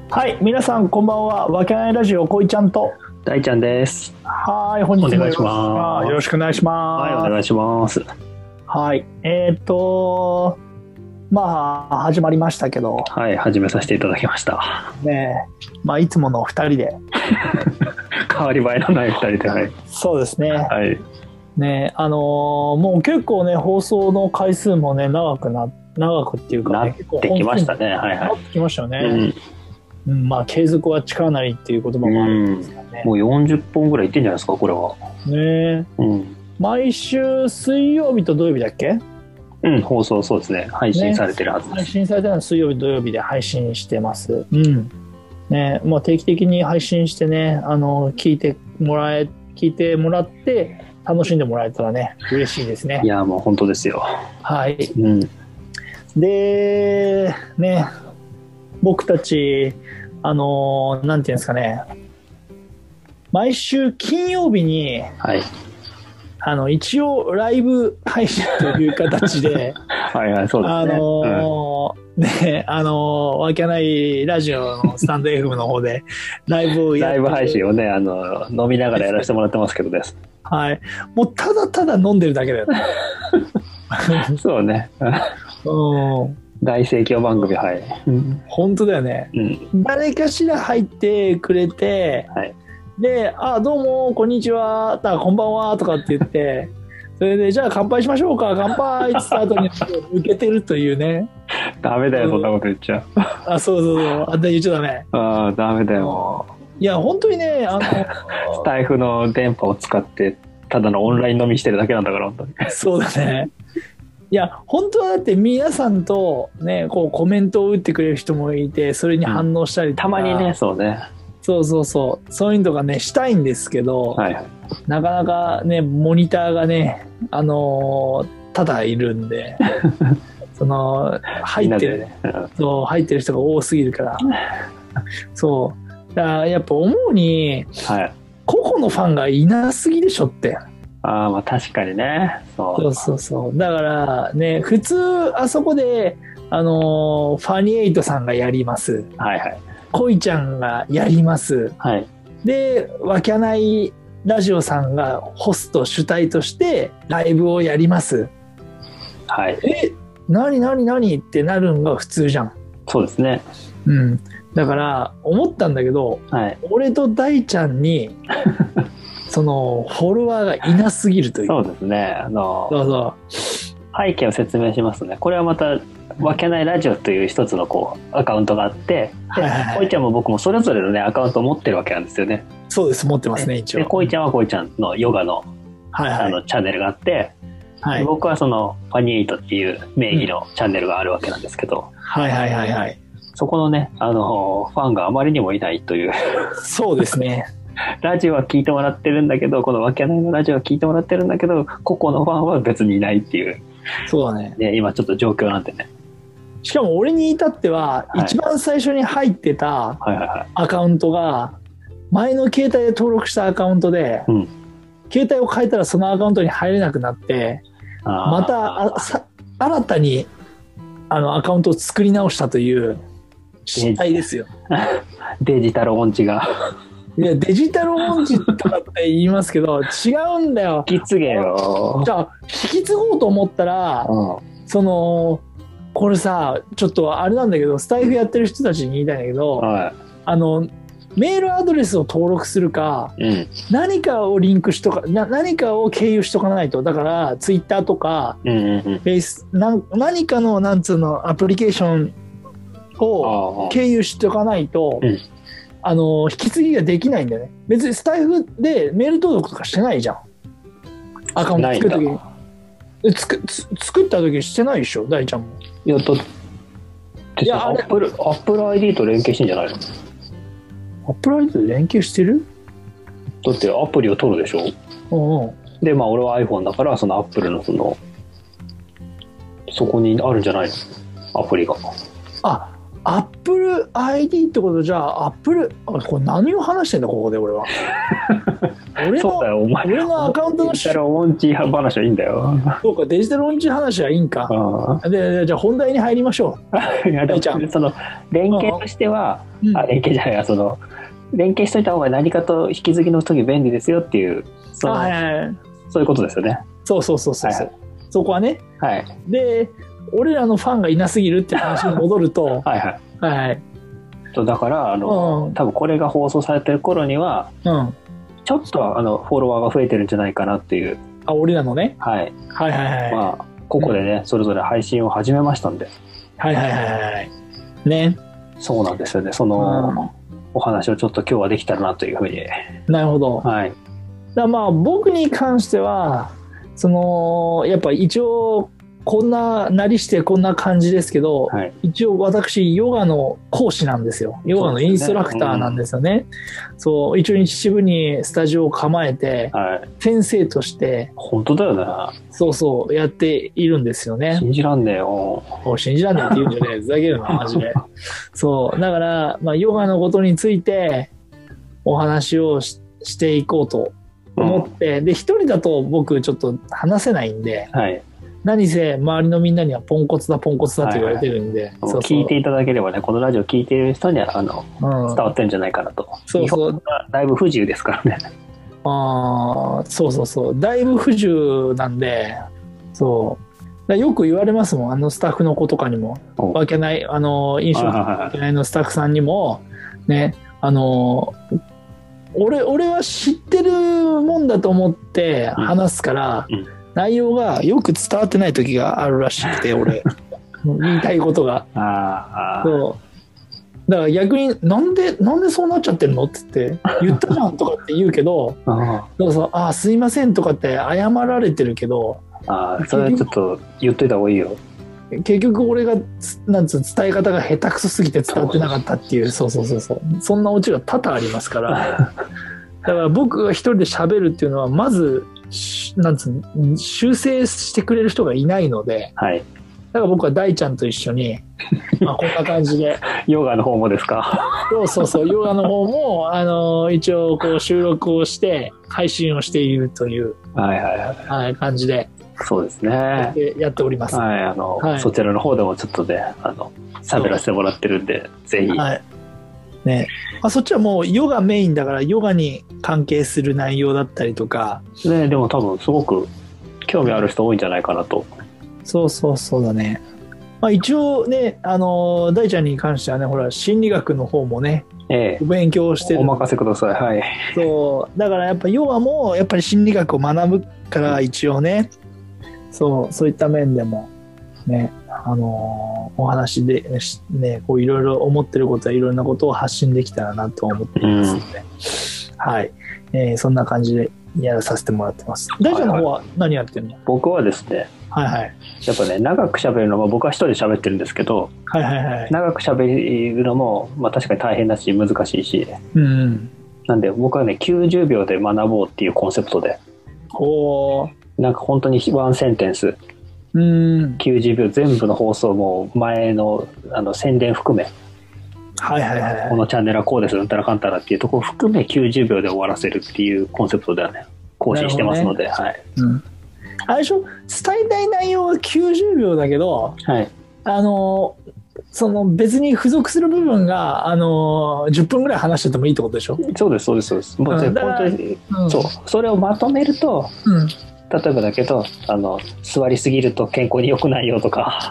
はい、皆さんこんばんは。わけないラジオこいちゃんと大ちゃんです。 はい、本日もお願いします。 よろしくお願いします。 はい、お願いします。 はい、まあ始まりましたけど、 はい、始めさせていただきました。 ね、まあいつもの2人で変わり映えのない2人で、はい。 そうですね。 はい。 ね、もう結構ね放送の回数もね長くっていうかなね、 ってきましたね。はいはい。 なってきましたよね。まあ継続は力なりっていう言葉もあるんですからね。 もう40本ぐらいいってんじゃないですか、これは。 ね、毎週水曜日と土曜日だっけ？ 放送、そうですね。配信されてるはずです。 配信されてるのは水曜日土曜日で配信してます。ね、もう定期的に配信してね、聞いてもらって楽しんでもらえたらね嬉しいですね。 いやもう本当ですよ。 はい。でね、僕たちなんていうんですかね、毎週金曜日に、 はい、 一応ライブ配信という形ではいはい、そうですね。 ね、わけないラジオのスタンド FM の方でライブをやってライブ配信をね、飲みながらやらせてもらってますけどです。 はい。もうただただ飲んでるだけだよね。 そうね。大盛況番組、はい。 本当だよね。誰かしら入ってくれて、 はい、 で、どうも、こんにちは、こんばんは、とかって言って、それで、じゃあ乾杯しましょうか、乾杯ってスタートに受けてるというね。 ダメだよ、そんなこと言っちゃう。 そうそうそう、あんた言っちゃダメ。 ダメだよ。 いや、本当にね、 スタイフの電波を使って、ただのオンライン飲みしてるだけなんだから、本当に。 そうだね。いや本当はだって皆さんとねこうコメントを打ってくれる人もいて、それに反応したりとか、 たまにね、そういうのとかねしたいんですけど、なかなかねモニターがねただいるんでその入ってる人が多すぎるからそうだからやっぱ思うに、個々のファンがいなすぎでしょって。 まあ確かにね。 そうだからね、普通あそこでファニエイトさんがやります、こいちゃんがやります、でわけないラジオさんがホスト主体としてライブをやります。何ってなるのが普通じゃん。 そうですね。 だから思ったんだけど、俺と大ちゃんにそのフォロワーがいなすぎるという。 そうですね。背景を説明しますね。これはまたわけないラジオという一つのアカウントがあって、こいちゃんも僕もそれぞれのねアカウントを持ってるわけなんですよね。 そうです、持ってますね一応。 でこいちゃんはこいちゃんのヨガのチャンネルがあって、僕はそのファニエイトっていう名義のチャンネルがあるわけなんですけど、そこのねファンがあまりにもいないという。 そうですね。 ラジオは聞いてもらってるんだけど、このわけないのラジオは聞いてもらってるんだけど、個々のファンは別にいないっていう。 そうだね。 今ちょっと状況なんでね。 しかも俺に至っては、一番最初に入ってたアカウントが前の携帯で登録したアカウントで、携帯を変えたらそのアカウントに入れなくなって、また新たにアカウントを作り直したという失態ですよ。 デジタル音痴が。 いやデジタル音痴とかって言いますけど違うんだよ。 引き継げよ。 じゃあ引き継ごうと思ったら、これさちょっとあれなんだけど、スタイフやってる人たちに言いたいんだけど、メールアドレスを登録するか、何かをリンクしとか何かを経由しとかないと。だからツイッターとか、何かのなんつうのアプリケーションを経由しておかないと、引き継ぎができないんだよね。別にスタイフでメール登録とかしてないじゃん。アカウント作るときに。作った時してないでしょ、大ちゃんも。 いやアップル ID と連携してんじゃないの？ アップル ID と連携してる？ だってアプリを取るでしょ。で俺は iPhone だからそのアップルのそこにあるんじゃないの？アプリが。 アップル ID ってことじゃあ、アップル、これ何を話してんだ、ここで俺は。 そうだよ、お前。 俺のアカウントのデジタル音痴話はいいんだよ。 そうか、デジタル音痴話はいいんか。で、じゃあ本題に入りましょう。いや、でもその、連携としては、連携じゃないや、連携しといた方が何かと引き継ぎの時便利ですよっていう、そういうことですよね。 そう。そこはね。はい。で、俺らのファンがいなすぎるって話に戻ると、はい。 だから多分これが放送されてる頃には、ちょっとフォロワーが増えてるんじゃないかなっていう。 あ、俺らのね。 はい。まあここでね、それぞれ配信を始めましたんで。 ね。 そうなんですよね。そのお話をちょっと今日はできたらなというふうに。 なるほど。 はい。 だまあ僕に関してはやっぱ一応こんななりしてこんな感じですけど、一応私ヨガの講師なんですよ。ヨガのインストラクターなんですよね。そう一応秩父にスタジオを構えて、先生として本当だよね。 そうやっているんですよね。 信じらんねえよ。 信じらんねえって言うんじゃねえ、ふざけるなマジで。そうだからまあヨガのことについてお話をしていこうと思って、で一人だと僕ちょっと話せないんで。何せ周りのみんなにはポンコツだって言われてるんで、 聞いていただければね、このラジオ聞いてる人には伝わってるんじゃないかなと。日本はだいぶ不自由ですからね。 そうだいぶ不自由なんで、よく言われますもん、スタッフの子とかにも、わけない飲食わけないのスタッフさんにもね、俺は知ってるもんだと思って話すから、内容がよく伝わってない時があるらしくて、俺言いたいことがそうだから逆になんでそうなっちゃってるのって言ったじゃんとかって言うけどすいませんとかって謝られてるけど、 それはちょっと言っといた方がいいよ。 結局俺が伝え方が下手くそすぎて伝わってなかったっていう、そんなオチが多々ありますからだから僕が一人で喋るっていうのはまず修正してくれる人がいないので、だから僕は大ちゃんと一緒に、こんな感じでヨガの方もですか。 そうヨガの方も一応こう収録をして配信をしているという感じで、 そうですね、 やっております。 そちらの方でもちょっとね喋らせてもらってるんで、ぜひ。 ね、そっちはもうヨガメインだからヨガに関係する内容だったりとか、 でも多分すごく興味ある人多いんじゃないかなと。 そうだね。一応ね大ちゃんに関してはね、ほら心理学の方もね、お勉強してる。 お任せください。 そうだからやっぱヨガもやっぱり心理学を学ぶから一応ね、そういった面でもねお話でね、こういろいろ思ってることやいろんなことを発信できたらなと思っていますので、そんな感じでやらさせてもらってます。大ちゃんの方は何やってるの？ 僕はですね、やっぱね長く喋るのも、僕は一人で喋ってるんですけど、長く喋るのも、確かに大変だし難しいし、なんで僕はね90秒で学ぼうっていうコンセプトで、なんか本当にワンセンテンス90秒全部の放送も前の宣伝含め、このチャンネルはこうですうんたらかんたらっていうところを含め90秒で終わらせるっていうコンセプトではね更新してますので、あれでしょ、 伝えたい内容は90秒だけど、別に付属する部分が10分ぐらい話しててもいいってことでしょ？ そうですもう本当に、それをまとめると、例えばだけど座りすぎると健康に良くないよとか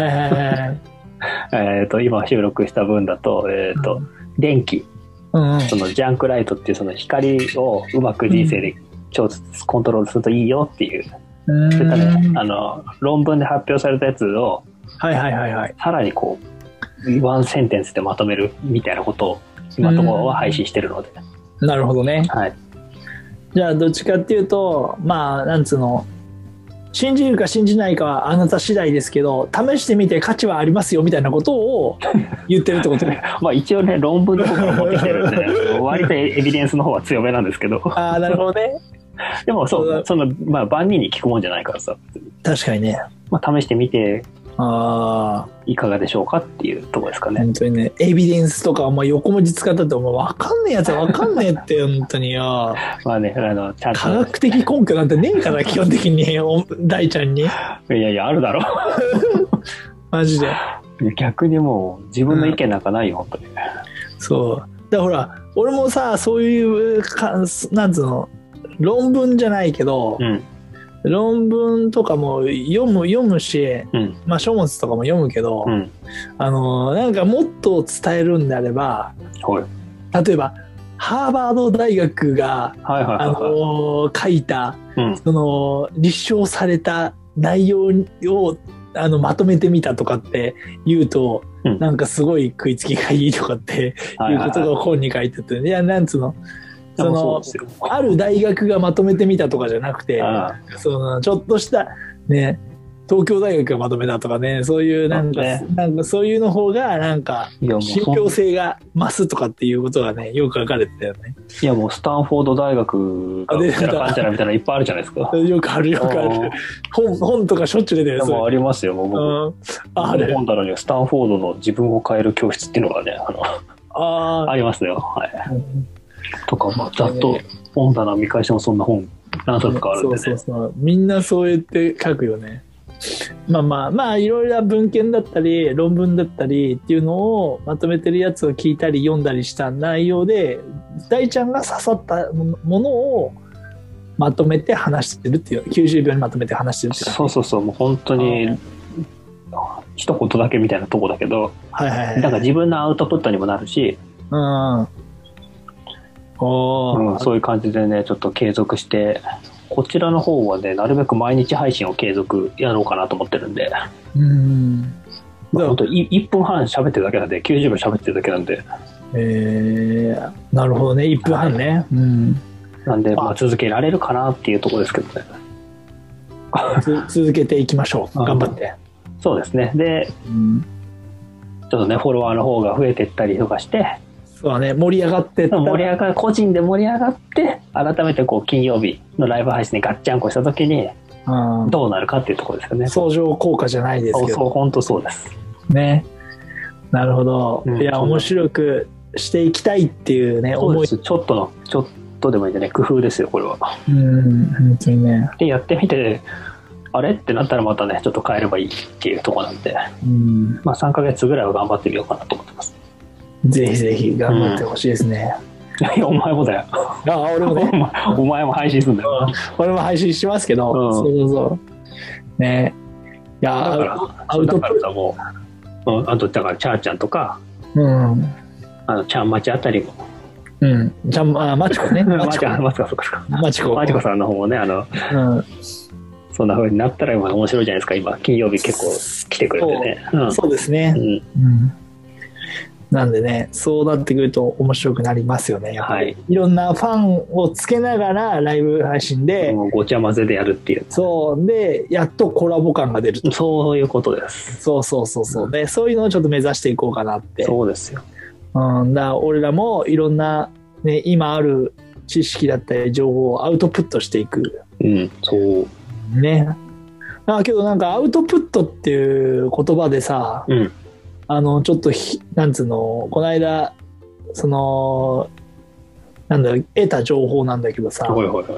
今収録した分だと、電気、そのジャンクライトっていうその光をうまく人生でコントロールするといいよっていう、そういったね論文で発表されたやつをさらにこうワンセンテンスでまとめるみたいなことを今のところは配信してるので。 なるほどね。じゃあどっちかっていうとなんつうの、信じるか信じないかはあなた次第ですけど、試してみて価値はありますよみたいなことを言ってるってことね。 一応ね論文の方から持ってきてるんで、割とエビデンスの方は強めなんですけど。 なるほどね。 でも万人に聞くもんじゃないからさ。 確かにね。 試してみていかがでしょうかっていうところですかね。 本当にね、エビデンスとかお前横文字使ったってお前分かんねえやつは分かんねえって本当によ。 まあね、 ちゃんと科学的根拠なんてねえから基本的に大ちゃんに。いやいやあるだろ。 マジで。 逆にもう自分の意見なんかないよ、本当に。 そう。だからほら俺もさそういうなんつうの論文じゃないけど。論文とかも読むし、まあ書物とかも読むけど、なんかもっと伝えるんであれば、例えばハーバード大学が書いた、その立証された内容をまとめてみたとかって言うと、なんかすごい食いつきがいいとかっていうことが本に書いてて、いやなんつうの。ある大学がまとめてみたとかじゃなくて、ちょっとしたね東京大学がまとめたとかね、そういうなんかそういうの方がなんか信憑性が増すとかっていうことがねよく書かれてたよね。 いやもうスタンフォード大学がみたいな感じみたいなのいっぱいあるじゃないですか。 よくある本とかしょっちゅう出てる。 もうありますよ。もう僕本棚にはスタンフォードの自分を変える教室っていうのがねありますよ。はい。とかざっと本棚見返してもそんな本何冊かあるんでね。 そうみんなそうやって書くよね。まあいろいろな文献だったり論文だったりっていうのをまとめてるやつを聞いたり読んだりした内容で大ちゃんが刺さったものをまとめて話してるっていう90秒にまとめて話してるっていう。 そうもう本当に一言だけみたいなとこだけど、なんか自分のアウトプットにもなるし、そういう感じでねちょっと継続してこちらの方はねなるべく毎日配信を継続やろうかなと思ってるんで、本当1分半喋ってるだけなんで90秒喋ってるだけなんで、 なるほどね1分半ね、 なんで続けられるかなっていうところですけどね。 続けていきましょう頑張って。 そうですね。で、ちょっとねフォロワーの方が増えていったりとかしてそうね、盛り上がって個人で盛り上がって改めてこう金曜日のライブ配信でガッチャンコした時にどうなるかっていうところですよね。 相乗効果じゃないですけど本当そうですね。なるほど、いや面白くしていきたいっていうね思い。 ちょっとでもいいんでね工夫ですよこれは。 本当にね。 でやってみてあれってなったらまたねちょっと変えればいいっていうところなんで、3ヶ月ぐらいは頑張ってみようかなと思ってます。ぜひぜひ頑張ってほしいですね。 いやお前もだよ。 俺もね。 お前も配信するんだよ。 俺も配信しますけど、そうね。いやアウトプットもあとだからチャーちゃんとか、ちゃんまちあたりも。 ちゃんまちこね。まちこさんの方もねそんな風になったら面白いじゃないですか。今金曜日結構来てくれてね。 そうですね。なんでねそうなってくると面白くなりますよね。やっぱりいろんなファンをつけながらライブ配信でごちゃ混ぜでやるっていう。 そうでやっとコラボ感が出ると。 そういうことです。 そうでそういうのをちょっと目指していこうかなって。 そうですよ。 だから俺らもいろんな、ね、今ある知識だったり情報をアウトプットしていく。 そうね。けどなんかアウトプットっていう言葉でさ、ちょっとなんつうのこの間そのなんだろう得た情報なんだけどさ、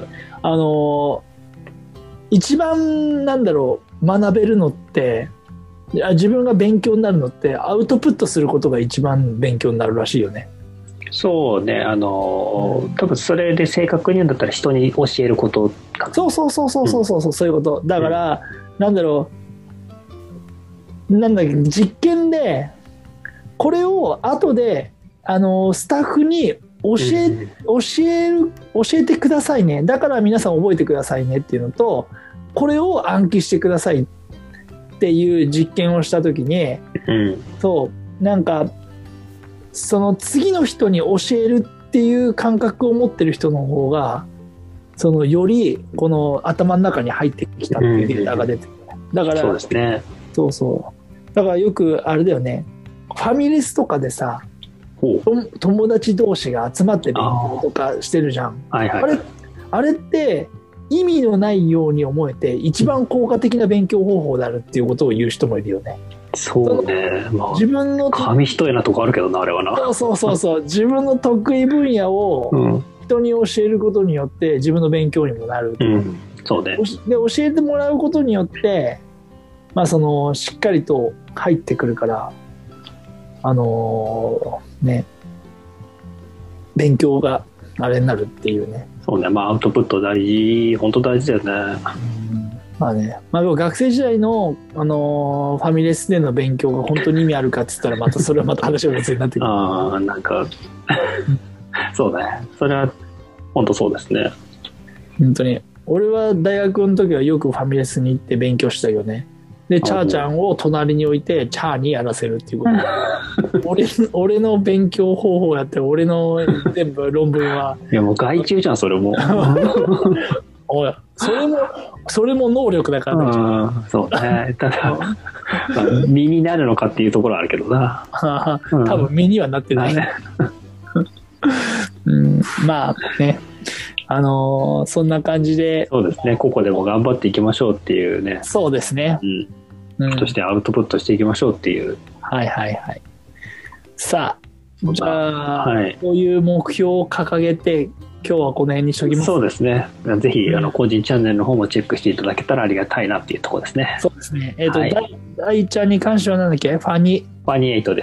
一番なんだろう学べるのって自分が勉強になるのってアウトプットすることが一番勉強になるらしいよね。 そうね多分それで正確に言うんだったら人に教えることかな。 そういうことだから、なんだろうなんだっけ実験でこれを後でスタッフに教えてくださいねだから皆さん覚えてくださいねっていうのとこれを暗記してくださいっていう実験をした時に、そうなんかその次の人に教えるっていう感覚を持ってる人の方がそのよりこの頭の中に入ってきたっていうデータが出てる、だからそうですね。 だからよくあれだよねファミレスとかでさ友達同士が集まって勉強とかしてるじゃん。あれって意味のないように思えて一番効果的な勉強方法であるっていうことを言う人もいるよね。 そうね、 まあ、自分の紙一重なとこあるけどな、あれはな。 そう自分の得意分野を人に教えることによって自分の勉強にもなる、 そうね。 で教えてもらうことによって、まあ、そのしっかりと入ってくるからね、勉強があれになるっていうね。 そうね、まあアウトプット本当大事だよね。 まあね、まあ、学生時代の、ファミレスでの勉強が本当に意味あるかって言ったらまたそれはまた話が別になってくる。 なんかそうね、それは本当そうですね。 本当に俺は大学の時はよくファミレスに行って勉強したよね。でチャーちゃんを隣に置いてチャーにやらせるっていうこと俺の勉強方法やって俺の全部論文はいやもう外注じゃんそれもおいそれも能力だからね。 そうね、ただ身になるのかっていうところはあるけどな多分身にはなってないねまあね、そんな感じで。 そうですね、ここでも頑張っていきましょうっていうね。 そうですね、 そしてアウトプットしていきましょうっていう。 はいはいはい。さあじゃあ、こういう目標を掲げて今日はこの辺にしときます。 そうですね、ぜひ個人チャンネルの方もチェックしていただけたらありがたいなっていうところですね。 そうですね。大ちゃんに関しては何だっけ、ファニー 8です。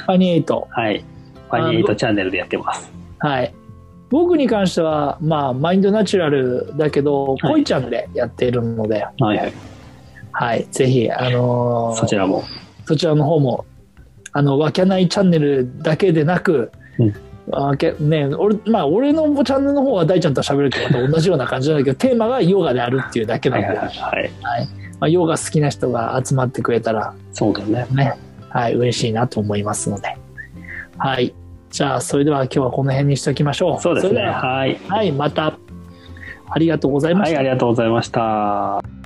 ファニー8、 はい、ファニー8チャンネルでやってます。 はい。僕に関しては、まあ、マインドナチュラルだけど、恋ちゃんでやっているので、はい、ぜひ、そちらの方も、わけないチャンネルだけでなく、ね、俺のチャンネルの方は大ちゃんと喋るとまた同じような感じなんだけど、テーマがヨガであるっていうだけなので、ヨガ好きな人が集まってくれたら、 そうだね。 はい、嬉しいなと思いますので、はい。じゃあそれでは今日はこの辺にしておきましょう。 そうですね。はい、 またありがとうございました。 はい、ありがとうございました。